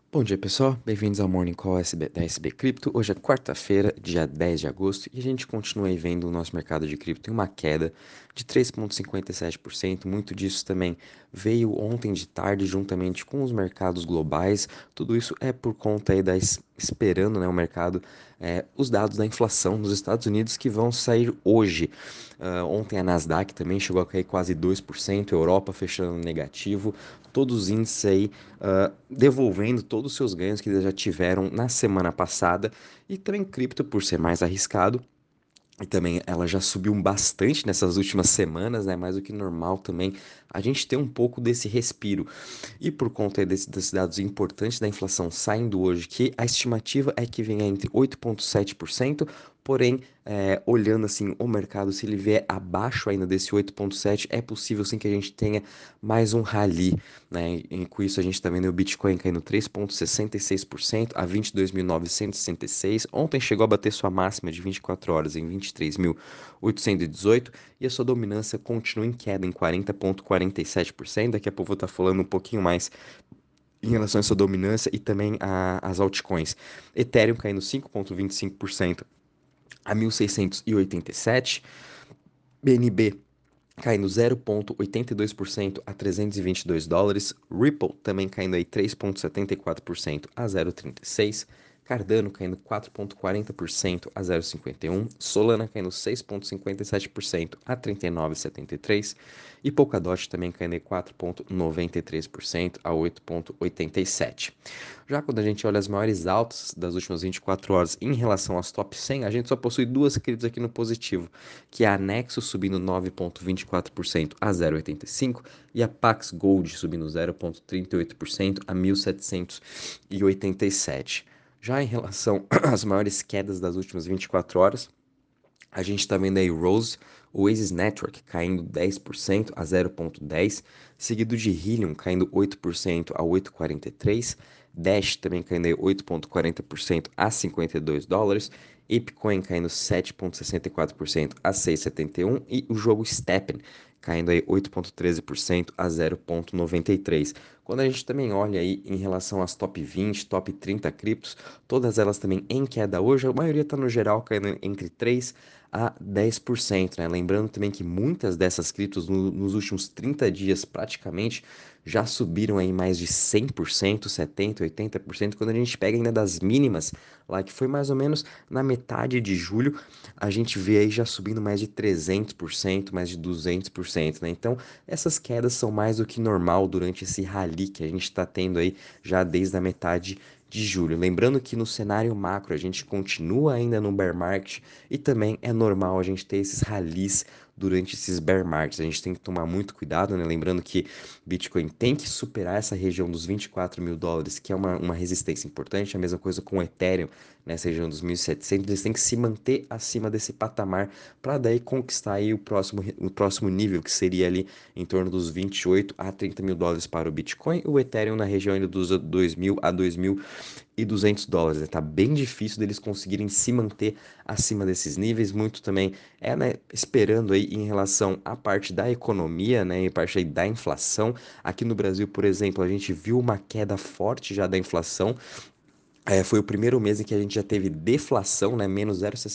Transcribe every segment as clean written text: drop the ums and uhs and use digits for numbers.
Bom dia, pessoal. Bem-vindos ao Morning Call da SB Cripto. Hoje é quarta-feira, dia 10 de agosto, e a gente continua aí vendo o nosso mercado de cripto em uma queda de 3,57%. Muito disso também veio ontem de tarde, juntamente com os mercados globais. Tudo isso é por conta aí esperando, né, o mercado, os dados da inflação nos Estados Unidos que vão sair hoje. Ontem a Nasdaq também chegou a cair quase 2%, Europa fechando negativo, todos os índices aí devolvendo todos os seus ganhos que eles já tiveram na semana passada, e também cripto por ser mais arriscado. E também ela já subiu bastante nessas últimas semanas, né? Mais do que normal também a gente ter um pouco desse respiro. E por conta desses dados importantes da inflação saindo hoje, que a estimativa é que venha entre 8,7%, porém, olhando assim o mercado, se ele vier abaixo ainda desse 8,7%, é possível sim que a gente tenha mais um rally, né? E com isso a gente está vendo o Bitcoin caindo 3,66% a 22.966. Ontem chegou a bater sua máxima de 24 horas em 23.818 e a sua dominância continua em queda em 40,47%. Daqui a pouco eu vou estar falando um pouquinho mais em relação a essa dominância e também as altcoins. Ethereum caindo 5,25% a 1.687, BNB caindo 0,82% a US$ 322, Ripple também caindo aí 3,74% a 0,36, Cardano caindo 4,40% a 0,51, Solana caindo 6,57% a 39,73 e Polkadot também caindo aí 4,93% a 8,87. Já quando a gente olha as maiores altas das últimas 24 horas em relação aos top 100, a gente só possui duas criptos aqui no positivo, que é a Nexo subindo 9,24% a 0,85 e a Pax Gold subindo 0,38% a 1.787. Já em relação às maiores quedas das últimas 24 horas, a gente está vendo aí o Oasis Network caindo 10% a 0,10, seguido de Helium caindo 8% a 8,43, Dash também caindo aí 8,40% a US$ 52, Apecoin caindo 7,64% a 6,71 e o jogo Steppen caindo aí 8,13% a 0,93. Quando a gente também olha aí em relação às top 20, top 30 criptos, todas elas também em queda hoje, a maioria está no geral caindo entre 3 a 10%, né? Lembrando também que muitas dessas criptos nos últimos 30 dias praticamente já subiram aí mais de 100%, 70%, 80%, quando a gente pega ainda das mínimas, lá que foi mais ou menos na metade de julho, a gente vê aí já subindo mais de 300%, mais de 200%, né? Então, essas quedas são mais do que normal durante esse rally que a gente está tendo aí já desde a metade de julho. Lembrando que no cenário macro a gente continua ainda no bear market e também é normal a gente ter esses rallies durante esses bear markets. A gente tem que tomar muito cuidado, né? Lembrando que Bitcoin tem que superar essa região dos US$ 24.000, que é uma resistência importante. A mesma coisa com o Ethereum, nessa região dos 1.700. Eles têm que se manter acima desse patamar para daí conquistar aí o próximo nível, que seria ali em torno dos 28 a US$ 30.000 para o Bitcoin. O Ethereum na região ainda dos 2.000 a US$ 2.200, né? Tá bem difícil deles conseguirem se manter acima desses níveis, muito também né, esperando aí em relação à parte da economia, né, e parte aí da inflação. Aqui no Brasil, por exemplo, a gente viu uma queda forte já da inflação. Foi o primeiro mês em que a gente já teve deflação, né, menos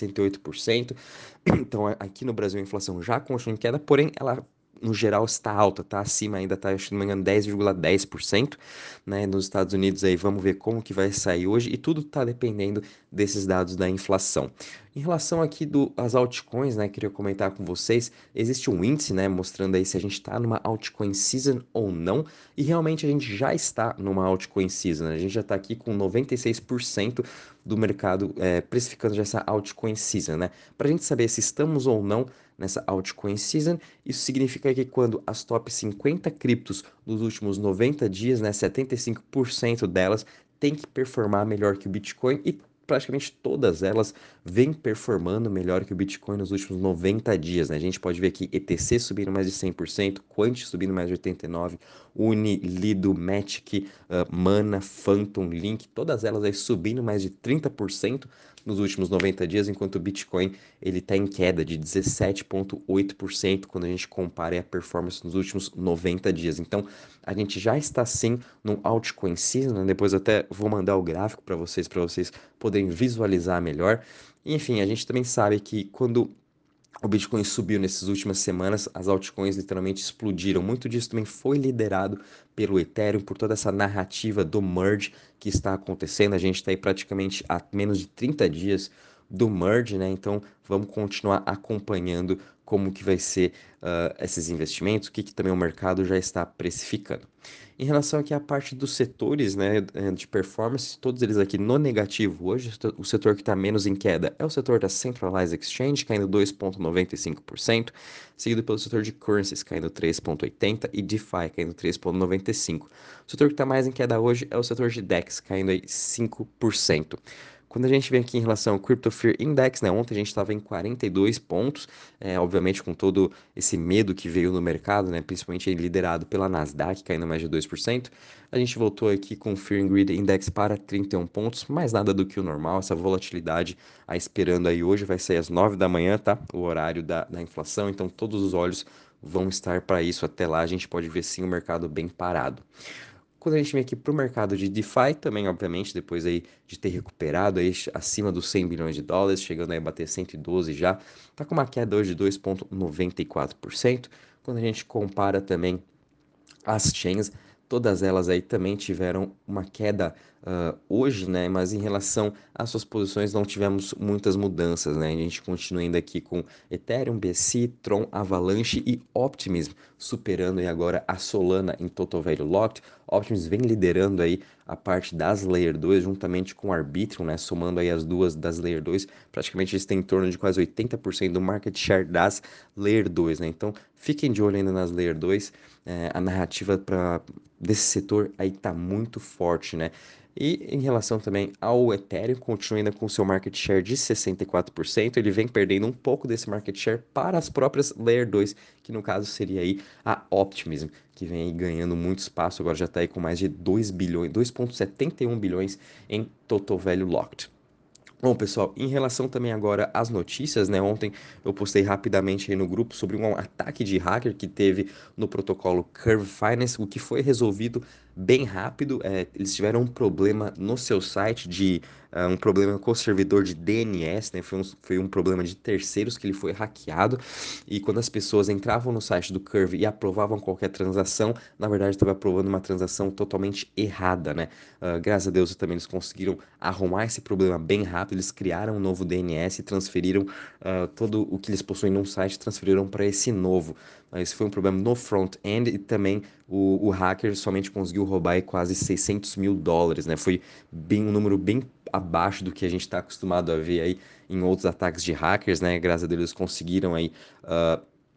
0,68%. Então, aqui no Brasil a inflação já continua em queda, porém ela no geral está alta, tá acima ainda, tá, acho que não me engano, 10,10%, né? Nos Estados Unidos aí, vamos ver como que vai sair hoje e tudo tá dependendo desses dados da inflação. Em relação aqui às altcoins, né, queria comentar com vocês, existe um índice, né, mostrando aí se a gente está numa altcoin season ou não, e realmente a gente já está numa altcoin season, né? A gente já está aqui com 96% do mercado precificando já essa altcoin season, né? Para a gente saber se estamos ou não nessa altcoin season, isso significa que quando as top 50 criptos nos últimos 90 dias, né, 75% delas tem que performar melhor que o Bitcoin e praticamente todas elas vem performando melhor que o Bitcoin nos últimos 90 dias, né? A gente pode ver aqui ETC subindo mais de 100%, Quant subindo mais de 89%, Uni, Lido, Matic, Mana, Phantom, Link, todas elas aí subindo mais de 30% nos últimos 90 dias, enquanto o Bitcoin ele está em queda de 17,8% quando a gente compara a performance nos últimos 90 dias. Então, a gente já está sim no altcoin season, né? Depois até vou mandar o gráfico para vocês poderem visualizar melhor. E, enfim, a gente também sabe que quando o Bitcoin subiu nessas últimas semanas, as altcoins literalmente explodiram. Muito disso também foi liderado pelo Ethereum, por toda essa narrativa do merge que está acontecendo. A gente está aí praticamente a menos de 30 dias do merge, né? Então vamos continuar acompanhando como que vai ser esses investimentos, o que, que também o mercado já está precificando. Em relação aqui à parte dos setores, né, de performance, todos eles aqui no negativo. Hoje, o setor que está menos em queda é o setor da Centralized Exchange, caindo 2,95%, seguido pelo setor de currencies, caindo 3,80%, e DeFi, caindo 3,95%. O setor que está mais em queda hoje é o setor de DEX, caindo aí 5%. Quando a gente vem aqui em relação ao Crypto Fear Index, né, ontem a gente estava em 42 pontos, obviamente com todo esse medo que veio no mercado, né, principalmente liderado pela Nasdaq, caindo mais de 2%. A gente voltou aqui com o Fear and Greed Index para 31 pontos, mais nada do que o normal, essa volatilidade esperando aí hoje, vai sair às 9 da manhã, tá? O horário da inflação, então todos os olhos vão estar para isso. Até lá a gente pode ver sim o mercado bem parado. Quando a gente vem aqui para o mercado de DeFi, também, obviamente, depois aí de ter recuperado aí acima dos 100 bilhões de dólares, chegando aí a bater 112 já, tá com uma queda hoje de 2,94%. Quando a gente compara também as chains, todas elas aí também tiveram uma queda hoje, né? Mas em relação às suas posições não tivemos muitas mudanças, né? A gente continua ainda aqui com Ethereum, BSC, Tron, Avalanche e Optimism, superando aí agora a Solana em Total Value Locked. Optimism vem liderando aí a parte das Layer 2, juntamente com o Arbitrum, né? Somando aí as duas das Layer 2, praticamente eles têm em torno de quase 80% do market share das Layer 2, né? Então, fiquem de olho ainda nas Layer 2, a narrativa desse setor aí tá muito forte, né? E em relação também ao Ethereum, continua ainda com seu market share de 64%, ele vem perdendo um pouco desse market share para as próprias Layer 2, que no caso seria aí a Optimism, que vem aí ganhando muito espaço, agora já está aí com mais de 2 bilhões, 2,71 bilhões em Total Value Locked. Bom, pessoal, em relação também agora às notícias, né? Ontem eu postei rapidamente aí no grupo sobre um ataque de hacker que teve no protocolo Curve Finance, o que foi resolvido bem rápido. Eles tiveram um problema no seu site um problema com o servidor de DNS, né? Foi um problema de terceiros que ele foi hackeado. E quando as pessoas entravam no site do Curve e aprovavam qualquer transação, na verdade estava aprovando uma transação totalmente errada, né? Graças a Deus também eles conseguiram arrumar esse problema bem rápido. Eles criaram um novo DNS e transferiram todo o que eles possuem num site, transferiram para esse novo. Esse foi um problema no front-end e também o hacker somente conseguiu roubar aí quase 600 mil dólares, né? Foi um número bem abaixo do que a gente está acostumado a ver aí em outros ataques de hackers, né? Graças a Deus eles conseguiram aí uh,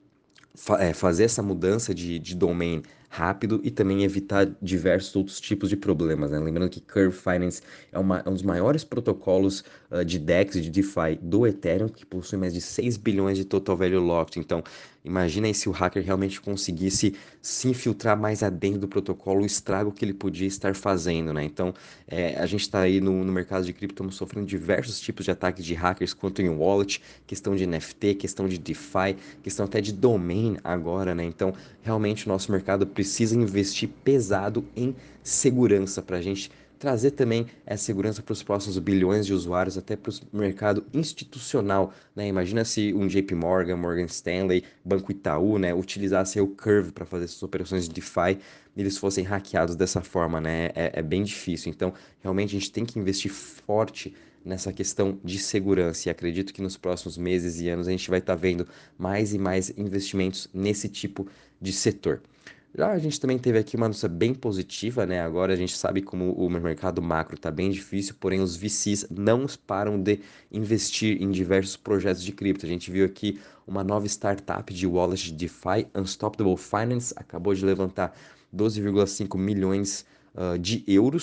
fazer essa mudança de domain rápido e também evitar diversos outros tipos de problemas, né? Lembrando que Curve Finance é um dos maiores protocolos de DEX e de DeFi do Ethereum, que possui mais de 6 bilhões de total value locked. Então, imagina aí se o hacker realmente conseguisse se infiltrar mais adentro do protocolo, o estrago que ele podia estar fazendo, né? Então, a gente está aí no mercado de cripto, estamos sofrendo diversos tipos de ataques de hackers, quanto em wallet, questão de NFT, questão de DeFi, questão até de domain agora, né? Então, realmente o nosso mercado precisa investir pesado em segurança para a gente trazer também essa segurança para os próximos bilhões de usuários, até para o mercado institucional, né? Imagina se um JP Morgan, Morgan Stanley, Banco Itaú, né, utilizasse o Curve para fazer essas operações de DeFi e eles fossem hackeados dessa forma, né? É bem difícil. Então, realmente a gente tem que investir forte nessa questão de segurança. E acredito que nos próximos meses e anos a gente vai estar vendo mais e mais investimentos nesse tipo de setor. Já a gente também teve aqui uma notícia bem positiva, né? Agora a gente sabe como o mercado macro está bem difícil, porém os VCs não param de investir em diversos projetos de cripto. A gente viu aqui uma nova startup de wallet de DeFi, Unstoppable Finance, acabou de levantar 12,5 milhões de euros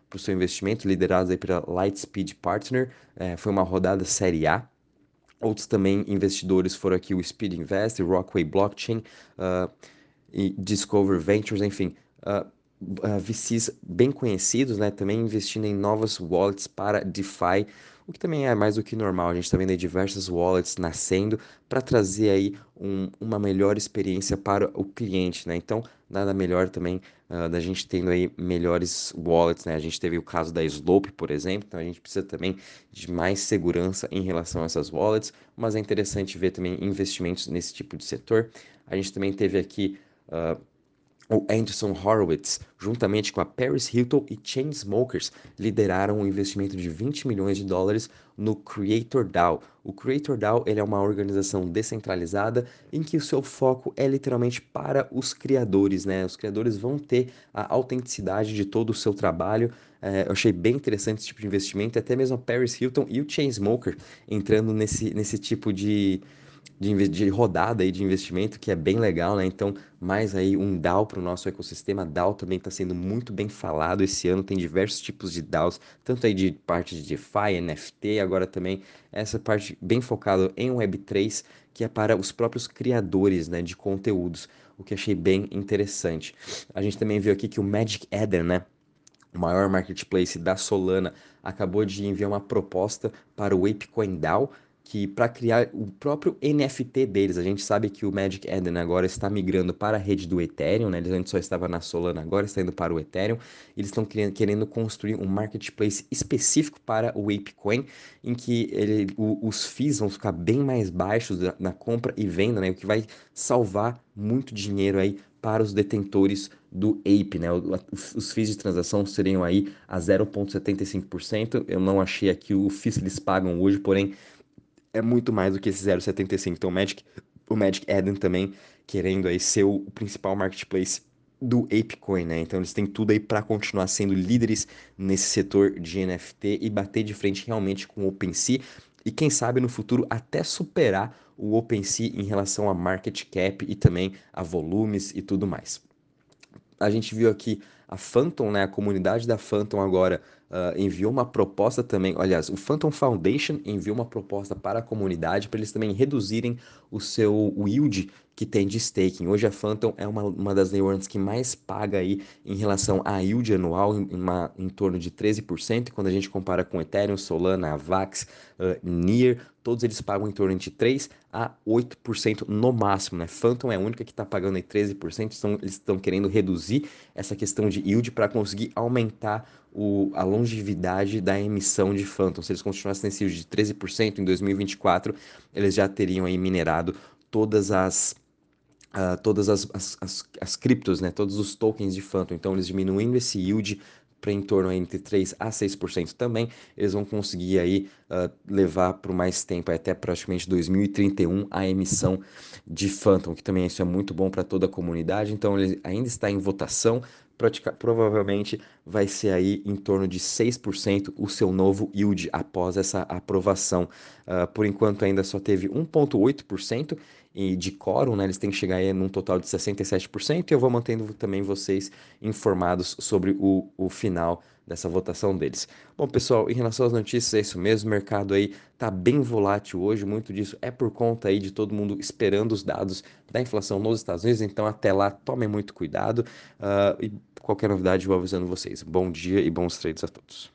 para o seu investimento, liderados aí pela Lightspeed Partner. Foi uma rodada série A. Outros também investidores foram aqui o Speed Invest, Rockway Blockchain, uh, e Discover Ventures, enfim, uh, VCs bem conhecidos, né, também investindo em novas wallets para DeFi, o que também é mais do que normal. A gente está vendo aí diversas wallets nascendo para trazer aí uma melhor experiência para o cliente, né? Então, nada melhor também da gente tendo aí melhores wallets, né? A gente teve o caso da Slope, por exemplo, então a gente precisa também de mais segurança em relação a essas wallets, mas é interessante ver também investimentos nesse tipo de setor. A gente também teve aqui o Andreessen Horowitz, juntamente com a Paris Hilton e Chainsmokers, lideraram um investimento de 20 milhões de dólares no CreatorDAO. O CreatorDAO ele é uma organização descentralizada em que o seu foco é literalmente para os criadores, né? Os criadores vão ter a autenticidade de todo o seu trabalho. Eu achei bem interessante esse tipo de investimento, até mesmo a Paris Hilton e o Chainsmoker entrando nesse tipo de rodada aí de investimento, que é bem legal, né? Então, mais aí um DAO para o nosso ecossistema. DAO também está sendo muito bem falado esse ano, tem diversos tipos de DAOs, tanto aí de parte de DeFi, NFT, agora também essa parte bem focada em Web3, que é para os próprios criadores, né, de conteúdos, o que achei bem interessante. A gente também viu aqui que o Magic Eden, né, o maior marketplace da Solana, acabou de enviar uma proposta para o ApeCoin DAO, que para criar o próprio NFT deles. A gente sabe que o Magic Eden agora está migrando para a rede do Ethereum, né? Eles antes só estava na Solana, agora está indo para o Ethereum. Eles estão querendo construir um marketplace específico para o ApeCoin, em que os fees vão ficar bem mais baixos na compra e venda, né? O que vai salvar muito dinheiro aí para os detentores do Ape, né? Os FIIs de transação seriam aí a 0,75%. Eu não achei aqui o FII que eles pagam hoje, porém é muito mais do que esse 0,75%. Então o Magic Eden também querendo aí ser o principal marketplace do ApeCoin, né? Então eles têm tudo aí para continuar sendo líderes nesse setor de NFT e bater de frente realmente com o OpenSea e quem sabe no futuro até superar o OpenSea em relação a market cap e também a volumes e tudo mais. A gente viu aqui a Phantom, né? A comunidade da Phantom agora enviou uma proposta também. Aliás, o Phantom Foundation enviou uma proposta para a comunidade para eles também reduzirem o yield que tem de staking. Hoje a Phantom é uma das networks que mais paga aí em relação a yield anual, em torno de 13%. E quando a gente compara com Ethereum, Solana, Avax, Near, todos eles pagam em torno de 3 a 8% no máximo, né? Phantom é a única que está pagando aí 13%, então eles estão querendo reduzir essa questão de yield para conseguir aumentar a longevidade da emissão de Phantom. Se eles continuassem nesse yield de 13% em 2024, eles já teriam aí minerado todas as criptos, né? Todos os tokens de Phantom. Então, eles diminuindo esse yield para em torno aí entre 3 a 6% também, eles vão conseguir aí levar por mais tempo, até praticamente 2031, a emissão de Phantom, que também isso é muito bom para toda a comunidade. Então, ele ainda está em votação. Provavelmente vai ser aí em torno de 6% o seu novo yield após essa aprovação. Por enquanto ainda só teve 1,8% e de quórum, né? Eles têm que chegar aí num total de 67%, e eu vou mantendo também vocês informados sobre o final dessa votação deles. Bom, pessoal, em relação às notícias, é isso mesmo, o mercado aí tá bem volátil hoje, muito disso é por conta aí de todo mundo esperando os dados da inflação nos Estados Unidos, então até lá tomem muito cuidado, e qualquer novidade eu vou avisando vocês. Bom dia e bons trades a todos.